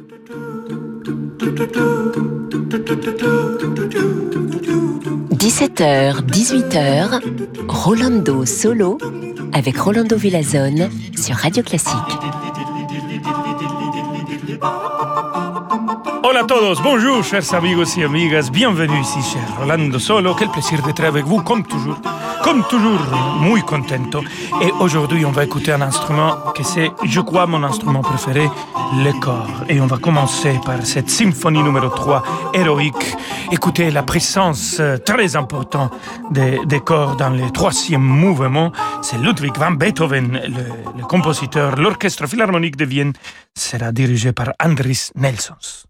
17h, 18h, Rolando Solo avec Rolando Villazone sur Radio Classique. Hola a todos, bonjour chers amigos y amigas, bienvenue ici cher Rolando Solo, quel plaisir d'être avec vous comme toujours, muy contento. Et aujourd'hui on va écouter un instrument que c'est, je crois, mon instrument préféré, le corps. Et on va commencer par cette symphonie numéro 3, héroïque. Écoutez la présence très importante des corps dans le troisième mouvement. C'est Ludwig van Beethoven, le compositeur. L'orchestre philharmonique de Vienne sera dirigé par Andris Nelsons.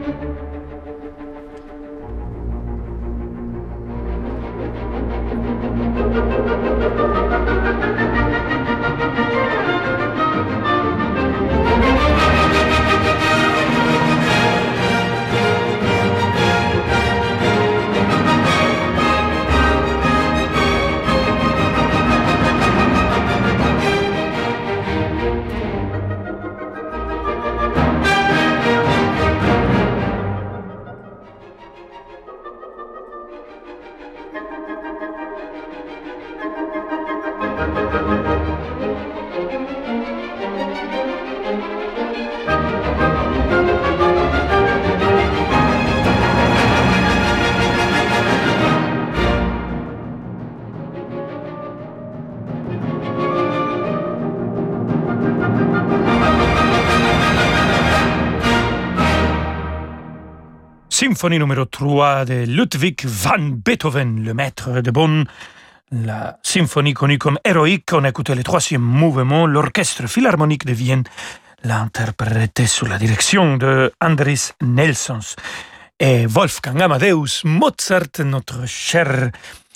Symphonie numéro 3 de Ludwig van Beethoven, le maître de Bonn. La symphonie connue comme héroïque, on a écouté le troisième mouvement, l'orchestre philharmonique de Vienne l'a interprété sous la direction de Andris Nelsons. Et Wolfgang Amadeus Mozart, notre cher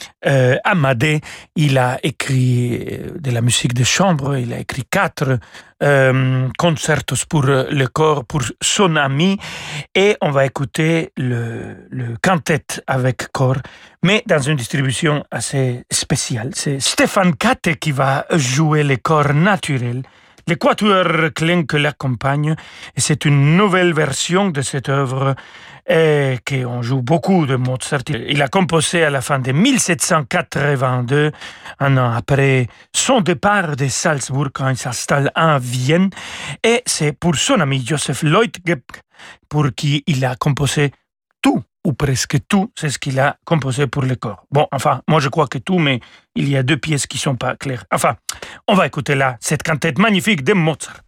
Amadé, il a écrit de la musique de chambre, il a écrit 4 concertos pour le corps, pour son ami, et on va écouter le quintet avec corps, mais dans une distribution assez spéciale. C'est Stefan Katte qui va jouer les corps naturels. Les quatuors Klein que l'accompagnent, et c'est une nouvelle version de cette œuvre qu'on joue beaucoup de Mozart. Il a composé à la fin de 1782, un an après son départ de Salzbourg quand il s'installe à Vienne, et c'est pour son ami Joseph Leutgeb pour qui il a composé tout, ou presque tout, c'est ce qu'il a composé pour le corps. Bon, enfin, moi je crois que tout, mais il y a 2 pièces qui sont pas claires. Enfin, on va écouter là cette cantate magnifique de Mozart.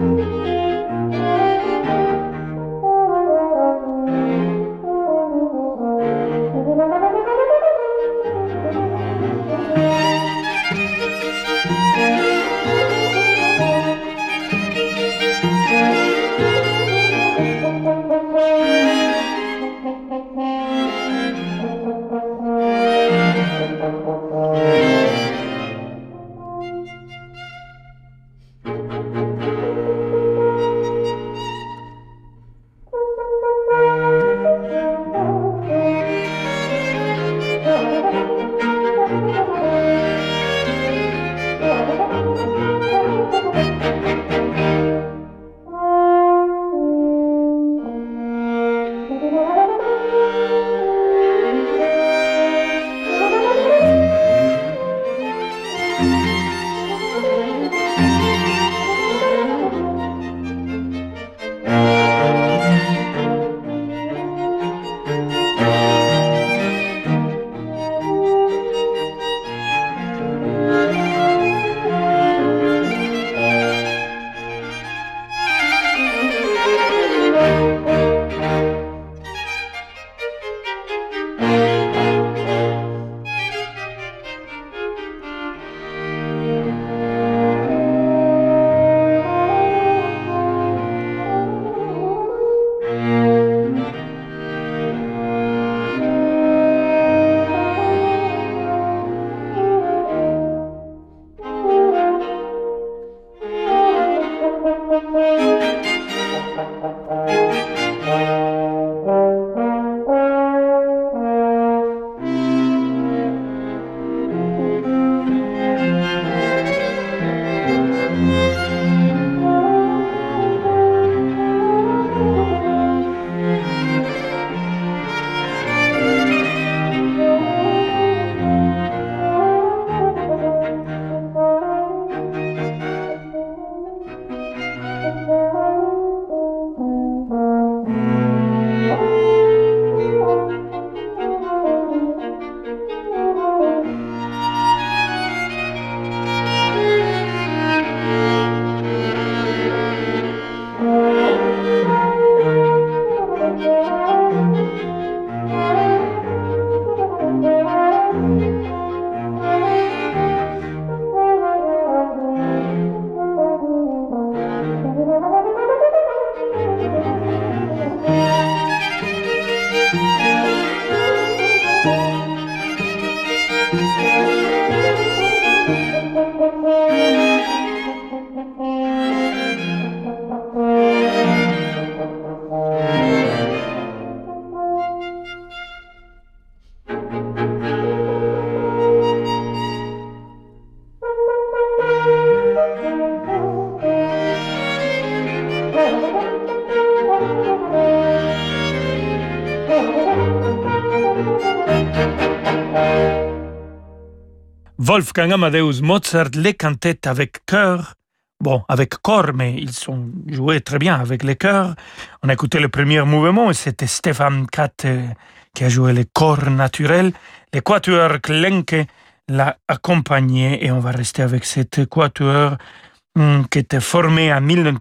Wolfgang Amadeus Mozart les cantates avec chœur, bon, avec corps, mais ils sont joués très bien avec les chœurs. On a écouté le premier mouvement et c'était Stefan Katt qui a joué les corps naturels. Les quatuors Klenke l'a accompagné et on va rester avec cette quatuor qui était formé en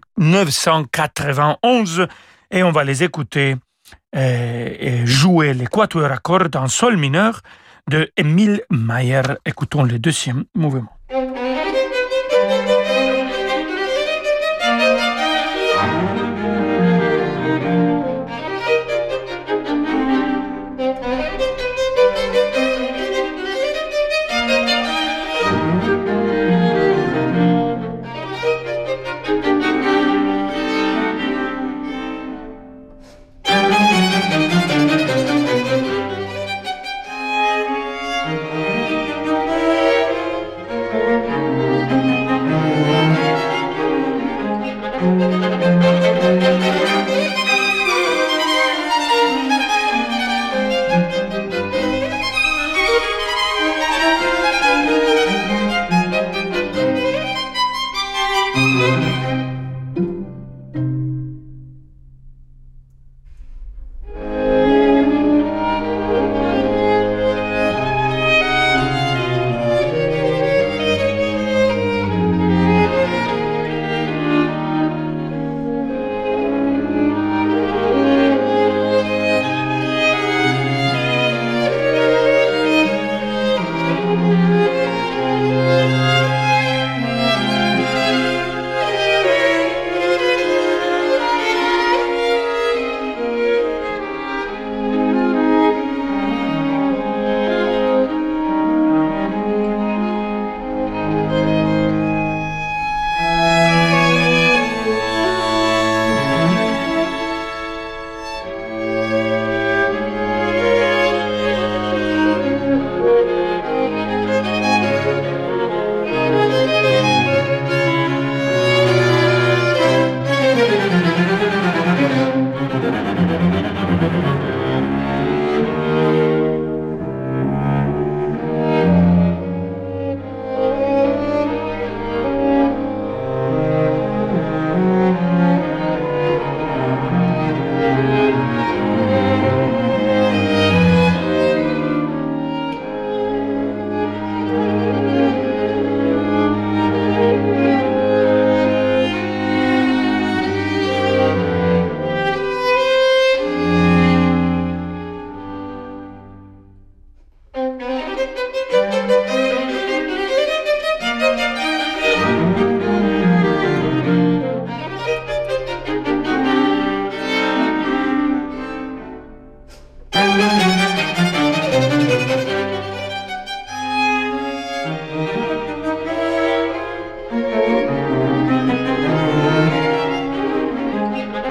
1991 et on va les écouter et jouer les quatuors à cordes en sol mineur de Emil Mayer. Écoutons le deuxième mouvement.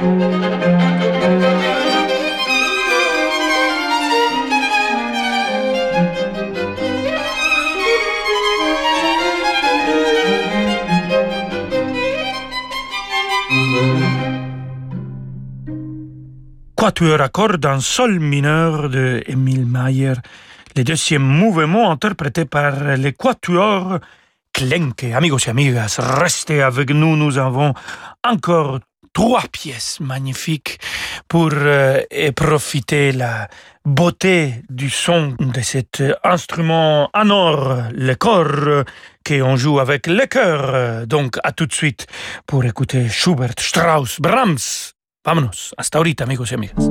Quatuor à cordes en sol mineur de Emil Mayer, le deuxième mouvement interprété par les quatuors Klenke. Amigos et amigas, restez avec nous, nous avons encore 3 pièces magnifiques pour profiter la beauté du son de cet instrument en or, le corps, qu'on joue avec le cœur. Donc à tout de suite pour écouter Schubert, Strauss, Brahms. Vámonos, hasta ahorita, amigos y amigas.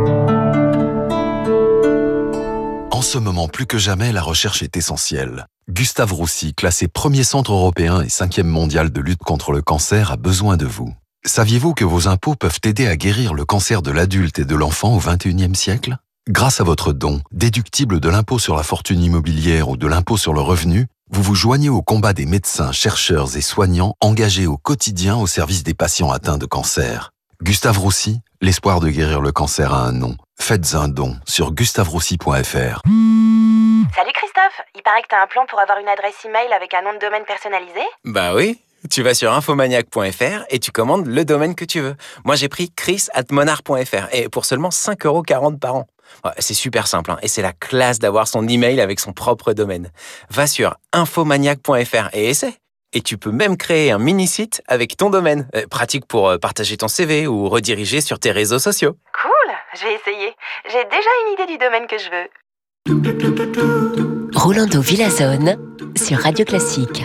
En ce moment, plus que jamais, la recherche est essentielle. Gustave Roussy, classé premier centre européen et 5e mondial de lutte contre le cancer, a besoin de vous. Saviez-vous que vos impôts peuvent aider à guérir le cancer de l'adulte et de l'enfant au XXIe siècle ? Grâce à votre don, déductible de l'impôt sur la fortune immobilière ou de l'impôt sur le revenu, vous vous joignez au combat des médecins, chercheurs et soignants engagés au quotidien au service des patients atteints de cancer. Gustave Roussy, l'espoir de guérir le cancer a un nom. Faites un don sur gustaveroussy.fr. Salut Christophe, il paraît que t'as un plan pour avoir une adresse email avec un nom de domaine personnalisé ? Bah oui, tu vas sur infomaniac.fr et tu commandes le domaine que tu veux. Moi j'ai pris chris@monarch.fr et pour seulement 5,40€ par an. Ouais, c'est super simple et c'est la classe d'avoir son email avec son propre domaine. Va sur infomaniac.fr et essaie. Et tu peux même créer un mini-site avec ton domaine. Pratique pour partager ton CV ou rediriger sur tes réseaux sociaux. Cool, je vais essayer. J'ai déjà une idée du domaine que je veux. Rolando Villazone sur Radio Classique.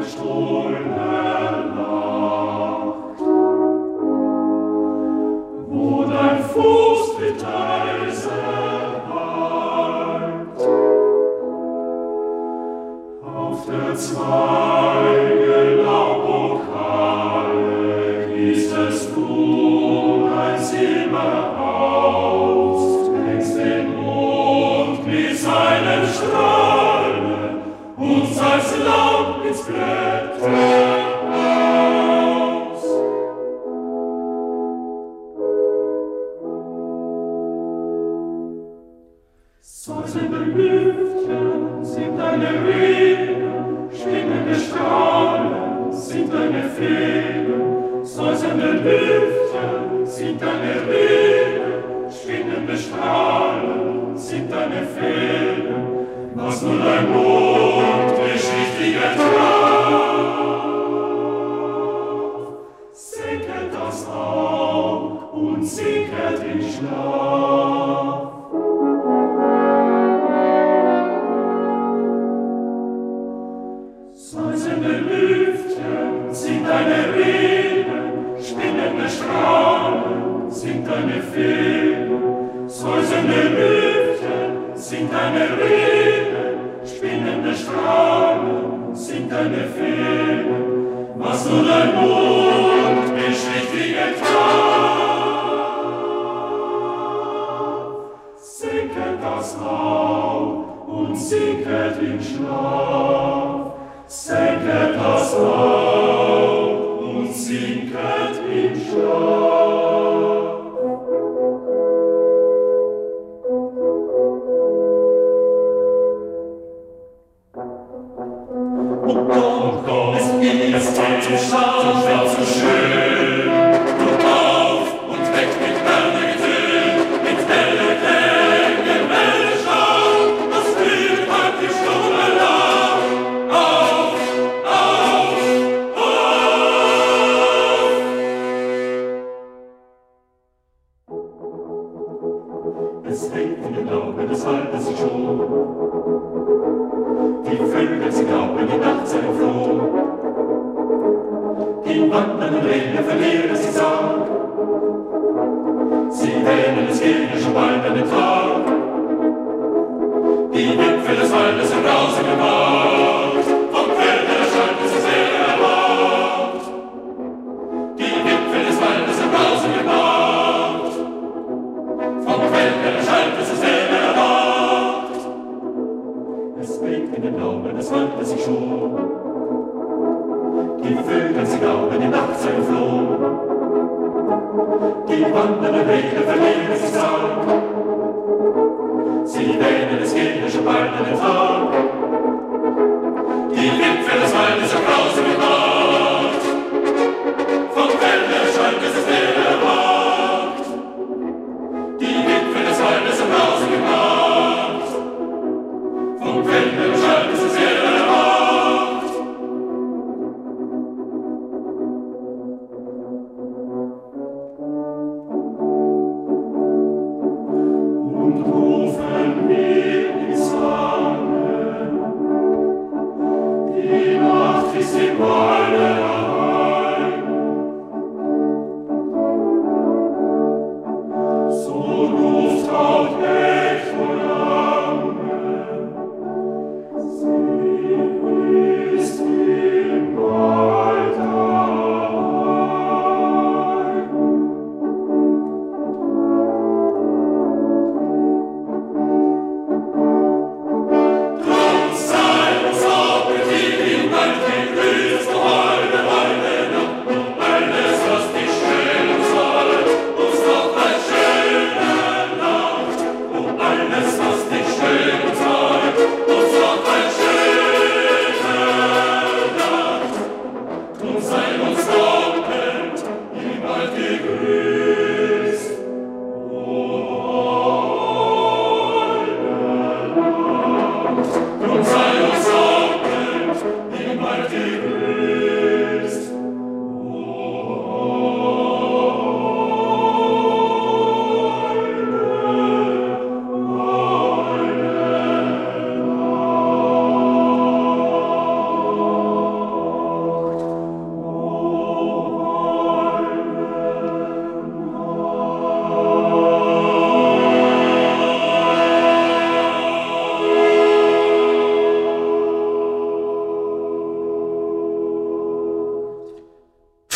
Christ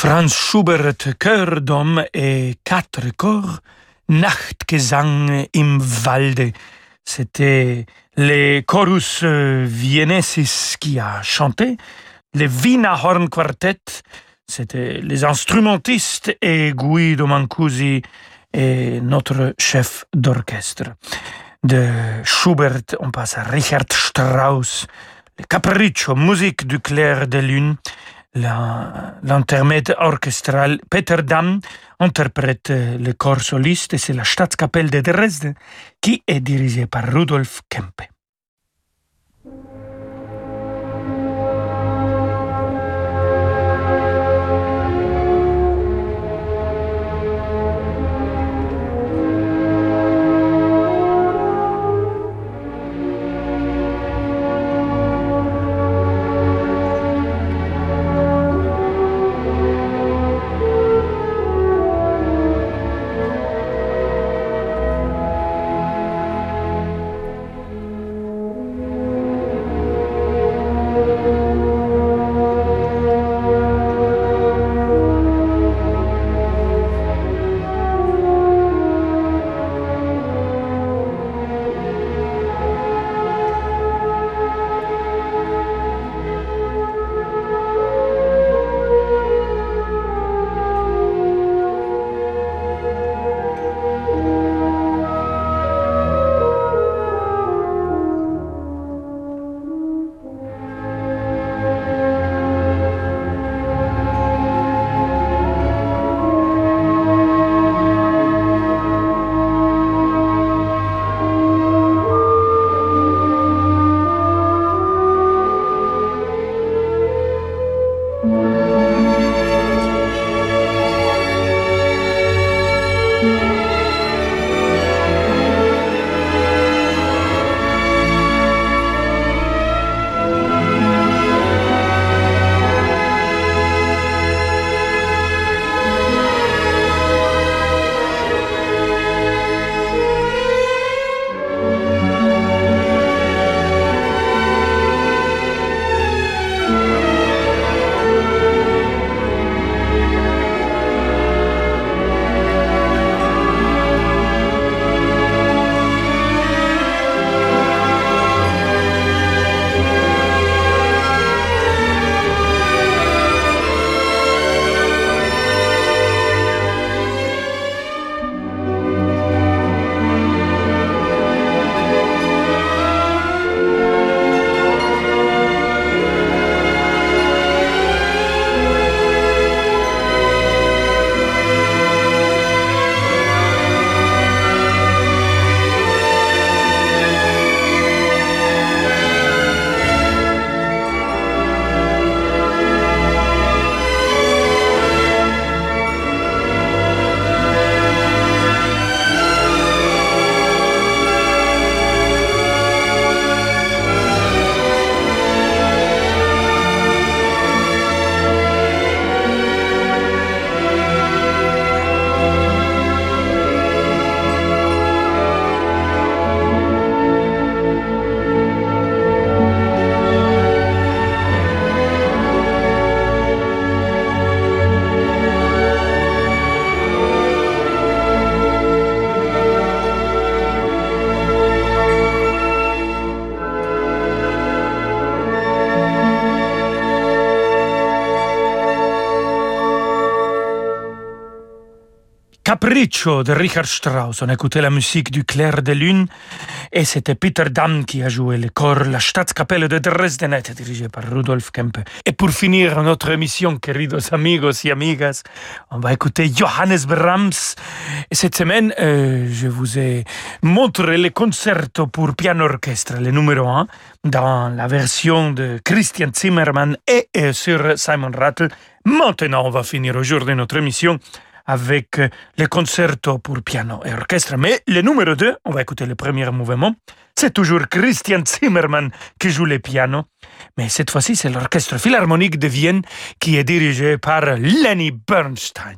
Franz Schubert, Chœur d'hommes et 4 corps, Nachtgesang im Walde. C'était les Chorus Viennesis qui a chanté, le Wiener Horn Quartet, c'était les instrumentistes et Guido Mancusi et notre chef d'orchestre. De Schubert, on passe à Richard Strauss, le Capriccio, musique du clair de lune. L'intermède orchestral Peter Damm interprète le corps soliste et c'est la Staatskapelle de Dresde qui est dirigée par Rudolf Kempe. Capriccio de Richard Strauss. On a écouté la musique du clair de lune et c'était Peter Damm qui a joué le corps La Staatskapelle de Dresden, dirigé par Rudolf Kempe. Et pour finir notre émission, queridos amigos y amigas, on va écouter Johannes Brahms. Et cette semaine, je vous ai montré le concerto pour piano orchestre, le numéro 1, dans la version de Christian Zimmermann et sur Simon Rattle. Maintenant, on va finir aujourd'hui notre émission avec le concerto pour piano et orchestre. Mais le numéro 2, on va écouter le premier mouvement. C'est toujours Christian Zimmermann qui joue le piano. Mais cette fois-ci, c'est l'Orchestre Philharmonique de Vienne qui est dirigé par Lenny Bernstein.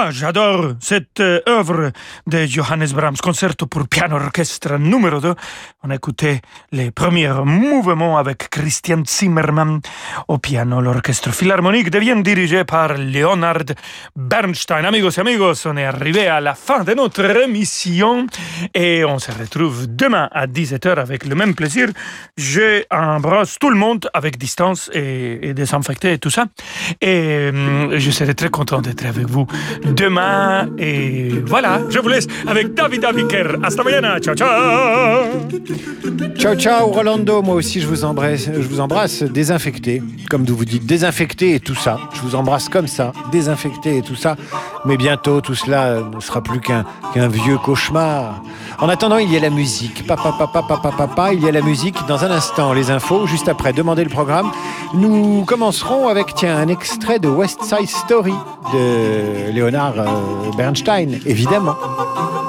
Ah, j'adore cette œuvre de Johannes Brahms, concerto pour piano orchestre numéro 2. On a écouté les premiers mouvements avec Christian Zimmermann au piano. L'orchestre philharmonique devient dirigé par Leonard Bernstein. Amigos et amigos, on est arrivé à la fin de notre émission et on se retrouve demain à 17h avec le même plaisir. J'embrasse tout le monde avec distance et désinfecté et tout ça. Et je serai très content d'être avec vous demain. Et voilà, je vous laisse avec David Abiker. Hasta mañana. Ciao, ciao. Ciao, ciao, Rolando. Moi aussi, je vous embrasse désinfecté. Comme vous dites, désinfecté et tout ça. Je vous embrasse comme ça, désinfecté et tout ça. Mais bientôt, tout cela ne sera plus qu'un vieux cauchemar. En attendant, il y a la musique. Papa, il y a la musique. Dans un instant, les infos. Juste après, demandez le programme. Nous commencerons avec, un extrait de West Side Story de Leonard Bernstein, évidemment.